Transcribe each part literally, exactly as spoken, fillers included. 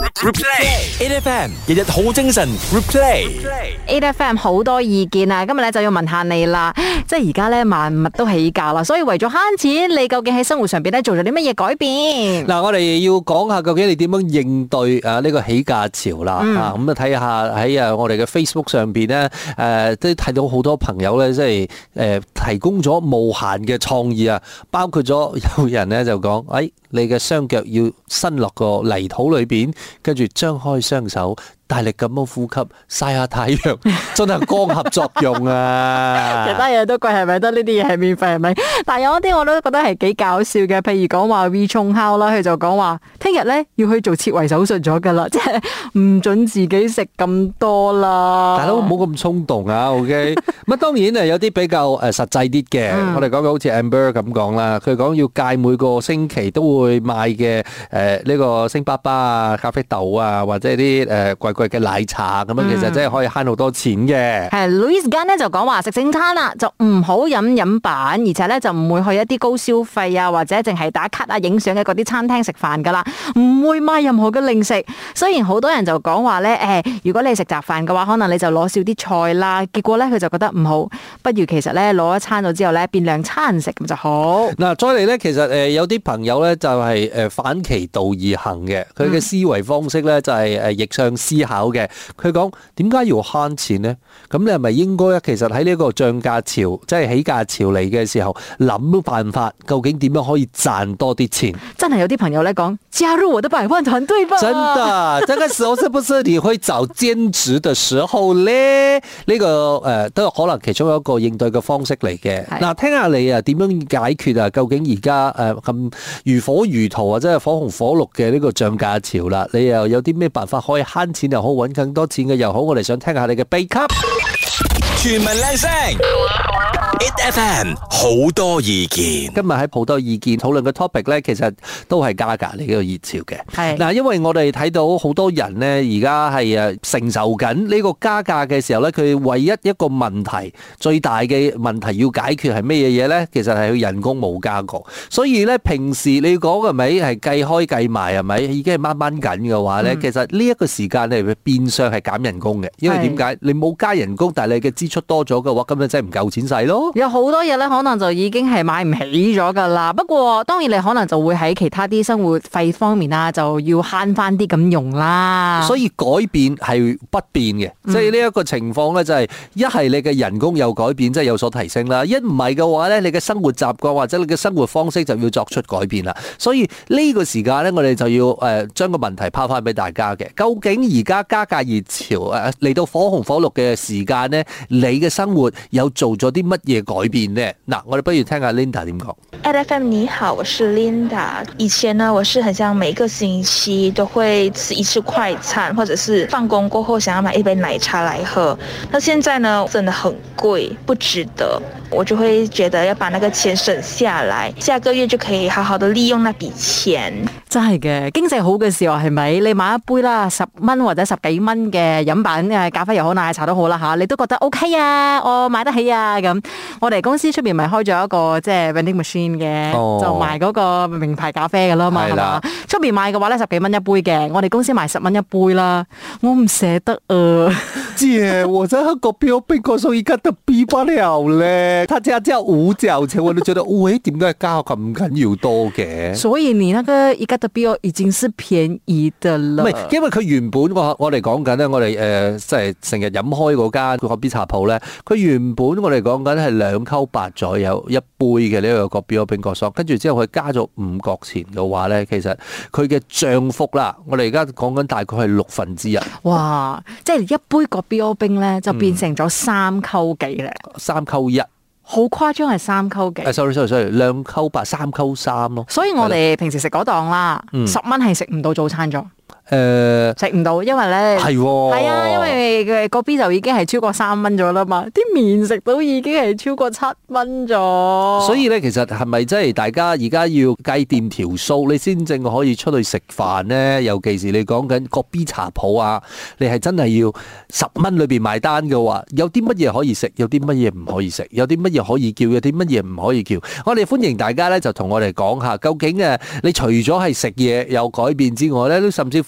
Replay，A F M 日日好精神。Replay，A F M 好多意見啊！今日咧就要問下你啦，即係而家咧萬物都起價啦，所以為咗慳錢，你究竟喺生活上邊咧做咗啲乜嘢改變？ 嗱，我哋要講下究竟你點樣應對啊呢個起價潮啦、嗯、啊！咁啊睇下喺啊我哋嘅 Facebook 上邊咧，誒都睇到好多朋友咧，即係誒提供咗無限嘅創意啊！包括咗有人咧就講，誒、哎、你嘅雙腳要伸落個泥土裏邊，跟住張開雙手，大力咁樣呼吸，曬下太陽，真係光合作用啊！ 其他嘢都貴，係咪得呢啲嘢係免費係咪？但係有一啲我都覺得係幾搞笑嘅，譬如講話 We 沖烤啦，佢就講話聽日咧要去做切胃手術咗噶啦，即係唔准自己食咁多啦。 大佬唔好咁衝動啊 ，OK？咁當然係有啲比較誒實際啲嘅，嗯、我哋講嘅好似 Amber 咁講啦，佢講要戒每個星期都會買嘅誒呢個星巴巴啊、咖啡豆啊，或者啲誒貴貴嘅奶茶咁樣，其實真係可以慳好多錢嘅。 係 Louis 間咧就講話食正餐啦，就唔好飲飲品，而且咧就唔會去一啲高消費啊，或者淨係打卡啊、影相嘅嗰啲餐廳食飯噶啦，唔會買任何嘅零食。雖然好多人就講話咧，誒，如果你食雜飯嘅話，可能你就攞少啲菜啦。結果咧佢就覺得唔好，不如其實咧攞一餐咗之後咧變兩餐食咁就好。 嗱，再嚟咧，其實誒有啲朋友咧就係誒反其道而行嘅，佢嘅思維方式咧就係誒逆向思考嘅。佢講點解要慳錢呢？咁你係咪應該其實喺呢個漲價潮，即係起價潮嚟嘅時候，諗辦法，究竟點樣可以賺多啲錢？ 真係有啲朋友咧講，加入我的百萬團隊吧！ 真的，這個時候是不是你會找兼職的時候咧？呢、這個誒、呃、都有可能其中一個應對嘅方式嚟嘅。嗱，聽下你啊，點樣解決啊？究竟而家誒咁如火如荼或者係火紅火綠嘅呢個漲價潮啦？你又有啲咩辦法可以慳錢又好，揾更多錢嘅又好？我哋想聽下你嘅秘笈。 全民靚聲，A F M 好多意見。 今日喺好多意見討論嘅 topic 咧，其實都係加價呢個熱潮嘅。 係嗱，因為我哋睇到好多人咧，而家係誒承受緊呢個加價嘅時候咧，佢唯一一個問題，最大嘅問題要解決係咩嘢嘢咧？其實係佢人工冇加過，所以咧平時你講係咪係計開計埋係咪已經係掹掹緊嘅話咧？嗯、其實呢一個時間咧會變相係減人工嘅，因為點解？你冇加人工，但係你嘅支出多咗嘅話，咁咪真係唔夠錢使咯。 有好多嘢咧，可能就已經係買唔起咗噶啦。不過當然你可能就會喺其他啲生活費方面啊，就要慳翻啲咁用啦。 所以改變係不變嘅，即係呢一個情況咧，就係一係你嘅人工有改變，即係有所提升啦；一唔係嘅話咧，你嘅生活習慣或者你嘅生活方式就要作出改變啦。所以呢個時間咧，我哋就要誒將個問題拋翻俾大家嘅。究竟而家加價熱潮誒嚟到火紅火綠嘅時間咧，你嘅生活有做咗啲乜嘢改變呢？嗱，我哋不如聽下 Linda 點講。 A F M 你好，我是 Linda。以前呢，我是很像每個星期都會吃一次快餐，或者是放工過後想要買一杯奶茶來喝。那現在呢，真的很貴，不值得。我就會覺得要把那個錢省下來，下個月就可以好好的利用那筆錢。 真係嘅，經濟好嘅時候係咪？你買一杯啦，十蚊或者十幾蚊嘅飲品，誒咖啡又好，奶茶都好啦嚇，你都覺得 OK 啊，我買得起啊咁。我哋公司出邊咪開咗一個即係 vending machine 嘅，哦、就賣嗰個名牌咖啡嘅啦嘛，係嘛？出邊買嘅話咧十幾蚊一杯嘅，我哋公司賣十蚊一杯啦，我唔捨得啊！ 姐，我在喝個標冰個數而家都逼不了咧，他家叫五角錢，我都覺得喂，點解加咁緊要多嘅？ 所以你那個而家的標已經是便宜的啦。唔係， 因為佢原本我我哋講緊咧，我哋誒即係成日飲開嗰間個 B 茶鋪咧，佢原本我哋講緊係兩溝八左右一杯嘅呢個個標冰個數，跟住之後佢加咗五角錢嘅話咧，其實佢嘅漲幅啦，我哋而家講緊大概係六分之一。哇！ 即係一杯個標冰咧，就變成咗三溝幾咧、嗯， 三溝一。 好誇張係三溝幾、 uh, ？sorry sorry sorry，兩溝八，三溝三咯。 所以我哋平時食嗰檔啦，十蚊係食唔到早餐咗。 誒， 食唔到，因為咧係係啊，因為佢嗰邊就已經係超過三蚊咗啦嘛，啲麵食到已經係超過七蚊咗。 所以咧，其實係咪真係大家而家要計掂條數，你先正可以出去食飯咧？尤其是你講緊個 B 茶鋪啊，你係真係要十蚊裏邊埋單嘅話，有啲乜嘢可以食，有啲乜嘢唔可以食，有啲乜嘢可以叫，有啲乜嘢唔可以叫。我哋歡迎大家咧，就同我哋講下，究竟誒，你除咗係食嘢有改變之外咧，都甚至乎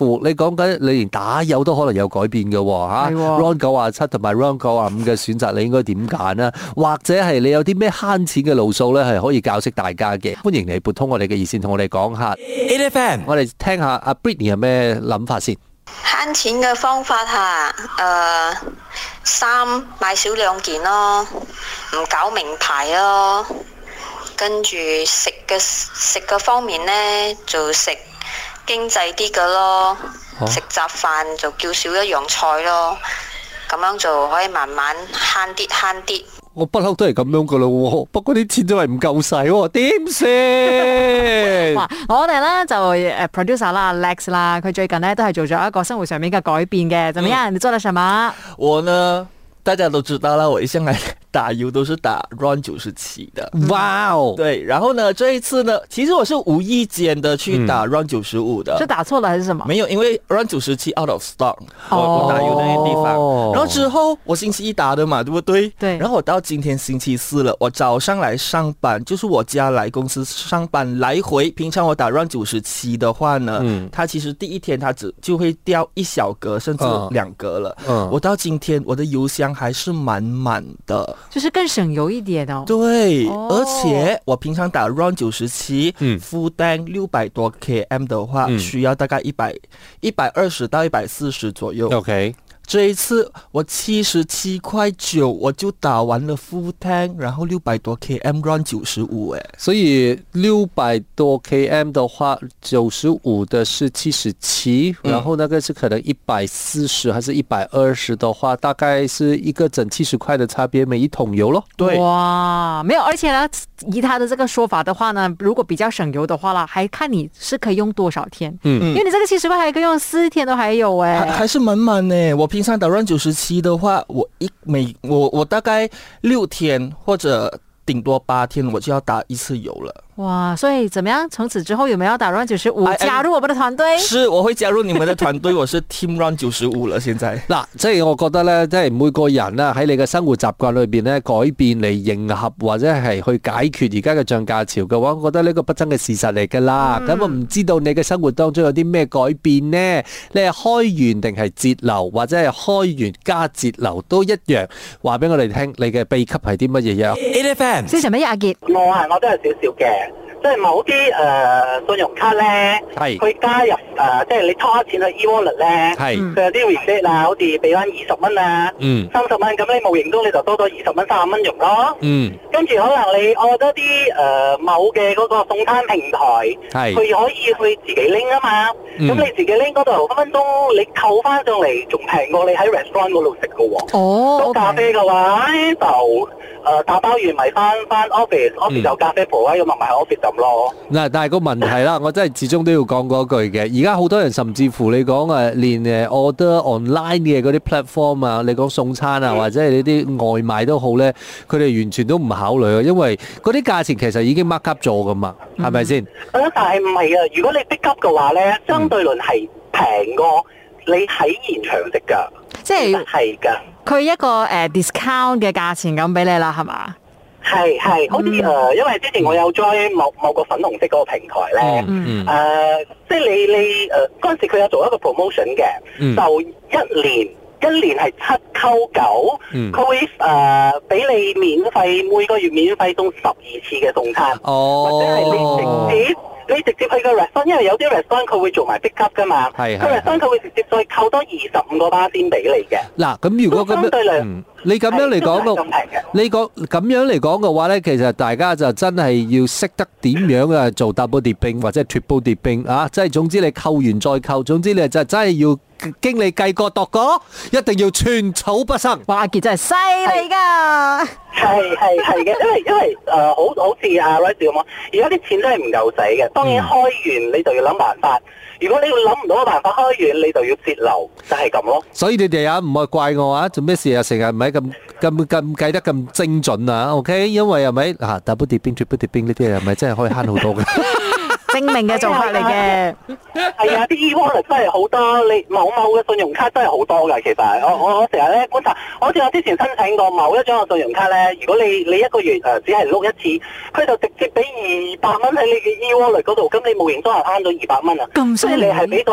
乎你講緊你連打油都可能有改變嘅喎嚇。RON 九啊七同埋 RON 九啊五嘅選擇，你應該點揀呢？或者係你有啲咩慳錢嘅路數咧，係可以教識大家嘅？歡迎你撥通我哋嘅熱線，同我哋講下。 A F M， 我哋聽下阿 Britney 有咩諗法先。 慳錢嘅方法嚇，誒、呃、衫買少兩件咯，唔搞名牌咯，跟住食嘅食嘅方面呢，就食經濟啲嘅咯，食雜飯就叫少一樣菜咯，咁樣就可以慢慢慳啲慳啲。 我不嬲都係咁樣噶咯，不過啲錢都係唔夠使喎，點先？ 哇！我哋咧就誒 producer 啦 Lex 啦，佢最近咧都係做咗一個生活上面嘅改變嘅。怎麼樣？你做了什麼？ 我呢，大家都知道啦，我一向來打油都是打 RON 九十七的。 哇哦！ 對，然後呢，這一次呢，其實我是無意間的去打 RON 九十五的。 是打錯了還是什麼？ 沒有，因為 RON 九十七 out of stock，我我打油的那個地方。然後之後我星期一打的嘛，對不對？ 對。 然後我到今天星期四了，我早上來上班，就是我家來公司上班來回。平常我打 RON 九十七的話呢，嗯，它其實第一天它只就會掉一小格甚至兩格了。嗯。我到今天我的油箱還是滿滿的。 就是更省油一點哦。 對，哦、而且我平常打 RON 九十七，負擔六百多 km 的話，嗯、需要大概一百一百二十到一百四十左右。 OK。 這一次我七十七塊九，我就打完了 full tank，然後六百多 km RON 九十五，誒， 所以六百多 km 的話，九十五的是七十七，然後那個是可能一百四十還是一百二十的話，大概是一個整七十塊的差別，每一桶油咯。 對， 哇，沒有，而且呢，以他的這個說法的話呢，如果比較省油的話啦，還看你是可以用多少天，嗯，因為你這個七十塊還可以用四天都還有誒， 還還是滿滿誒，我平常打 RON 九十七的話，我一每我我大概六天或者頂多八天，我就要打一次油了。 哇，所以怎麼樣？從此之後有沒有要打 RON 九十五加入我們的團隊？ 是，我會加入你們的團隊，我是 Team RON 九十五了。現在嗱，即係我覺得咧，即係每個人啦喺你嘅生活習慣裏邊咧改變嚟迎合或者係去解決而家嘅漲價潮嘅話，我覺得呢個不爭嘅事實嚟噶啦。咁、嗯、我唔知道你嘅生活當中有啲咩改變呢？你係開源定係節流，或者係開源加節流都一樣。話俾我哋聽，你嘅秘笈係啲乜嘢嘢 ？A F M， 先乜嘢阿傑？ 我係我都有少少嘅。即係某啲誒、呃、信用卡咧，佢加入誒、呃，即係你拖錢去 e-wallet 咧，佢有啲 rebate 啊，好似俾翻二十蚊啊，三十蚊，咁你冇認到你就多咗二十蚊、三十蚊用咯。嗯，跟住可能你我覺得啲誒某嘅嗰個送餐平台，佢可以去自己拎啊嘛。咁、嗯、你自己拎嗰度分分鐘你扣翻上嚟，仲平過你喺 restaurant 嗰度食嘅喎。哦，咁咖啡嘅話就誒、呃、打包完咪翻翻 office，office 有咖啡鋪啊，咁咪喺 office 就。 嗱，但係個問題啦，我真係始終都要講嗰句嘅。而家好多人甚至乎你講誒，連誒 order online 嘅嗰啲 platform 啊，你講送餐啊，或者係呢啲外賣都好咧，佢哋完全都唔考慮啊，因為嗰啲價錢其實已經 mark up 咗噶嘛，係咪先？ 但係唔係啊？如果你 pick up 嘅話咧，相對論係平過你喺現場食噶，即係係噶。 佢一個誒 discount 嘅價錢咁俾你啦，係嘛？ 係係，好似誒、呃，因為之前我有 join 某某個粉紅色嗰個平台咧，誒、嗯呃，即係你你誒嗰陣時佢有做一個 promotion 嘅，嗯、就一年一年係七扣九，佢會誒俾你免費每個月免費送十二次嘅送餐，哦、或者係你直接。你直接去個 restaurant，因為有啲 restaurant 佢會做埋 pick up 噶嘛，個 restaurant 佢會直接再扣多二十五個巴仙俾你嘅。嗱， 咁如果咁樣，嗯、你咁樣嚟講個，你講咁樣嚟講嘅話咧，其實大家就真係要識得點樣啊做 double dipping 或者 triple dipping 啊，即係總之你扣完再扣，總之你就真係要。經理計過度過，一定要寸草不生。 哇！阿傑真係犀利㗎， 係係係嘅，因為因為誒、呃、好好似阿 Rice 咁講，而家啲錢真係唔夠使嘅。當然開完你就要諗辦法，如果你要諗唔到嘅辦法開完，你就要節流，就係咁咯。 所以你哋啊唔係怪我啊，做咩事啊成日唔係咁咁咁計得咁精準啊 ？OK，因為係咪嗱 double dipping、triple dipping 呢啲嘢係咪真係可以慳好多嘅？ 精明嘅做法嚟嘅， 係啊！啲 e-wallet 真係好多，你某某嘅信用卡真係好多㗎。其實我我我成日咧觀察，好似我之前申請過某一張嘅信用卡咧，如果你你一個月誒只係碌一次，佢就直接俾二百蚊喺你嘅 e-wallet 嗰度，咁你無形中係慳咗二百蚊啊！咁犀利，你係俾咗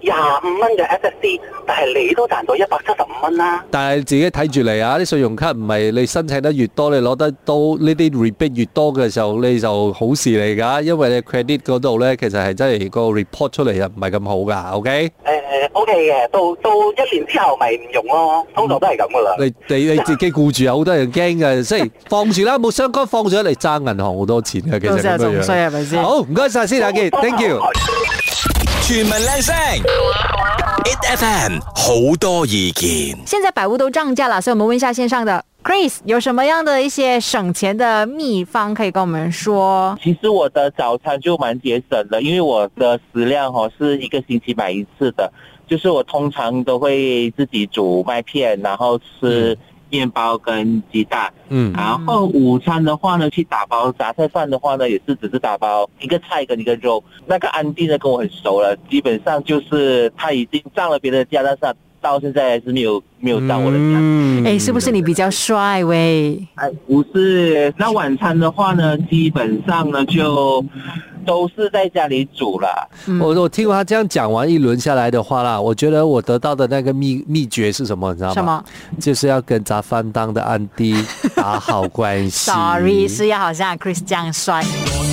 廿五蚊嘅 S S D， 但係你都賺到一百七十五蚊啦。 但係自己睇住嚟啊！啲信用卡唔係你申請得越多，你攞得到呢啲 rebate 越多嘅時候，你就好事嚟㗎。因為你 credit 嗰度咧，其實係真係個 report 出嚟又唔係咁好㗎。OK？ 誒 OK 嘅，到到一年之後咪唔用咯，通常都係咁㗎啦。 你你你自己顧住有好多人驚嘅，即係放住啦，冇相干放咗嚟爭銀行好多錢嘅，其實咁樣樣。 衰係咪先？ 好，唔該曬先，阿傑 ，thank you。 全民靚聲 ，A F M 好多意見。 現在百物都漲價了，所以我們問一下線上的 Chris， 有什麼樣的一些省錢的秘方可以跟我們說？ 其實我的早餐就蠻節省的，因為我的食量哦是一個星期買一次的，就是我通常都會自己煮麥片，然後吃麵包跟雞蛋，嗯，然後午餐的話呢，去打包雜菜飯的話呢，也是只是打包一個菜跟一個肉。那個安迪呢，跟我很熟了，基本上就是他已經上了別的家，但是到現在還是沒有沒有上我的家。 嗯，誒，是不是你比較帥喂？ 哎，不是。那晚餐的話呢，基本上呢就都是在家裏煮了。 嗯、我我聽他這樣講完一輪下來的話啦，我覺得我得到的那個秘秘訣是什麼？你知道嗎？什麼？就是要跟雜飯檔的安迪打好關係。 Sorry， 是要好像 Chris 這樣帥。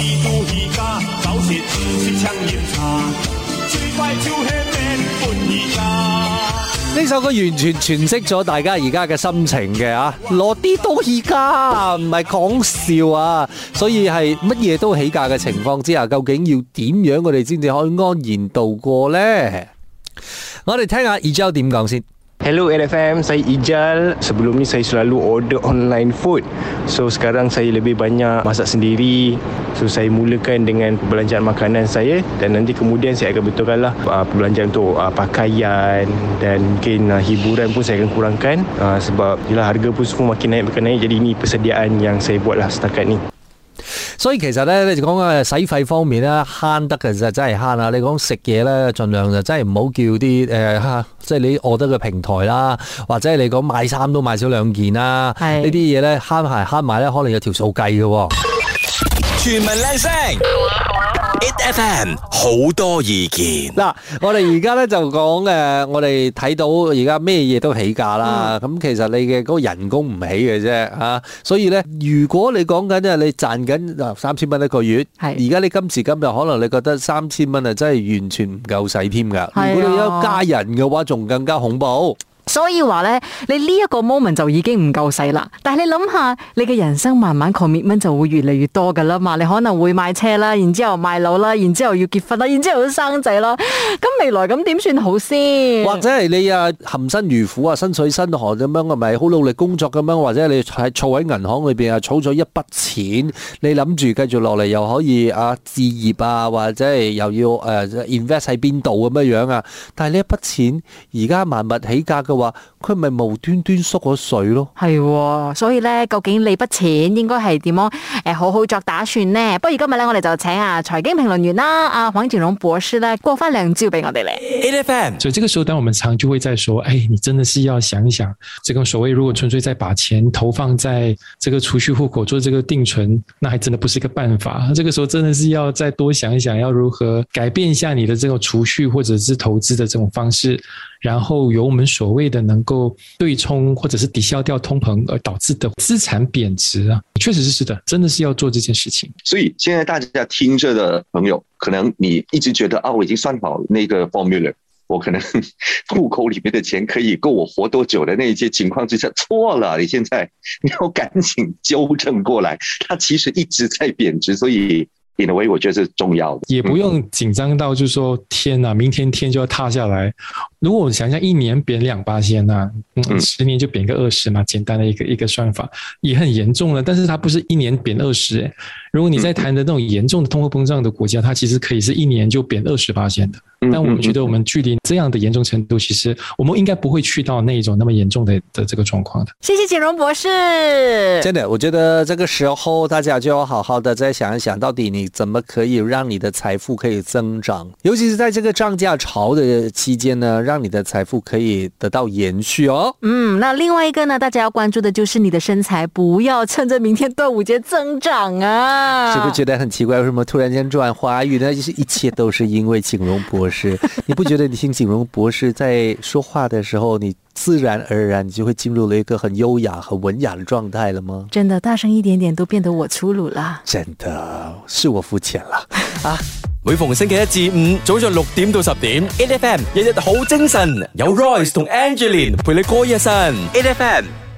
呢首歌完全詮釋咗大家而家嘅心情嘅啊，攞啲都起價，唔係講笑啊！所以係乜嘢都起價嘅情況之下，究竟要點樣我哋先至可以安然度過呢？我哋聽下 Ijal 點講先。 Hello A F M, saya Ijal. Sebelum ni saya selalu order online food. So sekarang saya lebih banyak masak sendiri. So saya mulakan dengan perbelanjaan makanan saya dan nanti kemudian saya akan betulkanlah uh, perbelanjaan untuk uh, pakaian dan mungkin uh, hiburan pun saya akan kurangkan uh, sebab yelah harga pun semua makin naik makin naik. Jadi ini persediaan yang saya buatlah setakat ni. 所以其實咧，你講嘅使費方面咧，慳得嘅就真係慳啦。你講食嘢咧，盡量就真係唔好叫啲誒，即係你餓得嘅平台啦，或者係你講買衫都買少兩件啦。呢啲嘢咧慳埋慳埋咧，可能有條數計嘅。 全民靚聲 ，A F M 好多意見。 嗱，我哋而家咧就講誒，我哋睇到而家咩嘢都起價啦。咁、嗯、其實你嘅嗰個人工唔起嘅啫嚇，所以咧，如果你講緊你賺緊嗱三千蚊一個月，而家你今時今日可能你覺得三千蚊啊真係完全唔夠使添㗎。如果你有家人嘅話，仲更加恐怖。 所以話咧，你呢一個 moment 就已經唔夠使啦。但係你諗下，你嘅人生慢慢 commitment 就會越嚟越多噶啦嘛。你可能會買車啦，然之後買樓啦，然之後要結婚啦，然之後要生仔啦。咁未來咁點算好先？ 或者係你啊含辛茹苦啊，身水身汗咁樣，係咪好努力工作咁樣？或者你係儲喺銀行裏邊啊，儲咗一筆錢，你諗住繼續落嚟又可以啊置業啊，或者係又要誒 invest 喺邊度咁樣樣啊？但係呢一筆錢而家萬物起價嘅話，佢咪無端端縮咗水咯？ 係，所以咧，究竟你筆錢應該係點樣誒好好作打算呢？不如今日咧，我哋就請啊財經評論員啦，阿黃錦榮博士咧過翻兩招俾我哋咧。 A F M， 所以這個時候，當我們常就會在說，哎，你真的是要想一想，這個所謂如果純粹再把錢投放在這個儲蓄戶口做這個定存，那還真的不是一個辦法。這個時候真的是要再多想一想，要如何改變一下你的這個儲蓄或者是投資的這種方式。然後由我們所謂的能夠對沖或者是抵消掉通膨而導致的資產貶值啊，確實是是的，真的是要做這件事情。 所以現在大家聽着的朋友，可能你一直覺得啊，我已經算好那個 formula， 我可能戶口裡面的錢可以夠我活多久的那些情況之下，錯了，你現在你要趕緊糾正過來，它其實一直在貶值，所以in a way，我覺得是重要的， 也不用緊張到就是說天啊，明天天就要塌下來。如果我想想一年貶兩巴仙啊，嗯，十年就貶個二十嘛，簡單的一個一個算法，也很嚴重了。但是它不是一年貶二十，誒，如果你在談的那種嚴重的通貨膨脹的國家，它其實可以是一年就貶二十巴仙的。但我們覺得我們距離這樣的嚴重程度，其實我們應該不會去到那一種那麼嚴重的的這個狀況的。 謝謝錦榮博士。 真的，我覺得這個時候大家就要好好的再想一想，到底你怎麼可以讓你的財富可以增長，尤其是在這個漲價潮的期間呢， 让你的财富可以得到延续哦。 嗯，那另外一个呢，大家要关注的就是你的身材，不要趁着明天端午节增长啊！ 是不是觉得很奇怪？为什么突然间转华语呢？就是一切都是因为景荣博士。你不觉得你听景荣博士在说话的时候，你自然而然你就会进入了一个很优雅、很文雅的状态了吗？ 真的，大声一点点都变得我粗鲁了。 真的，是我肤浅了啊！ 每逢星期一至五早上六點到十點 ，A F M 日日好精神，有 Royce 同 Angeline 陪你過一晨 ，A F M。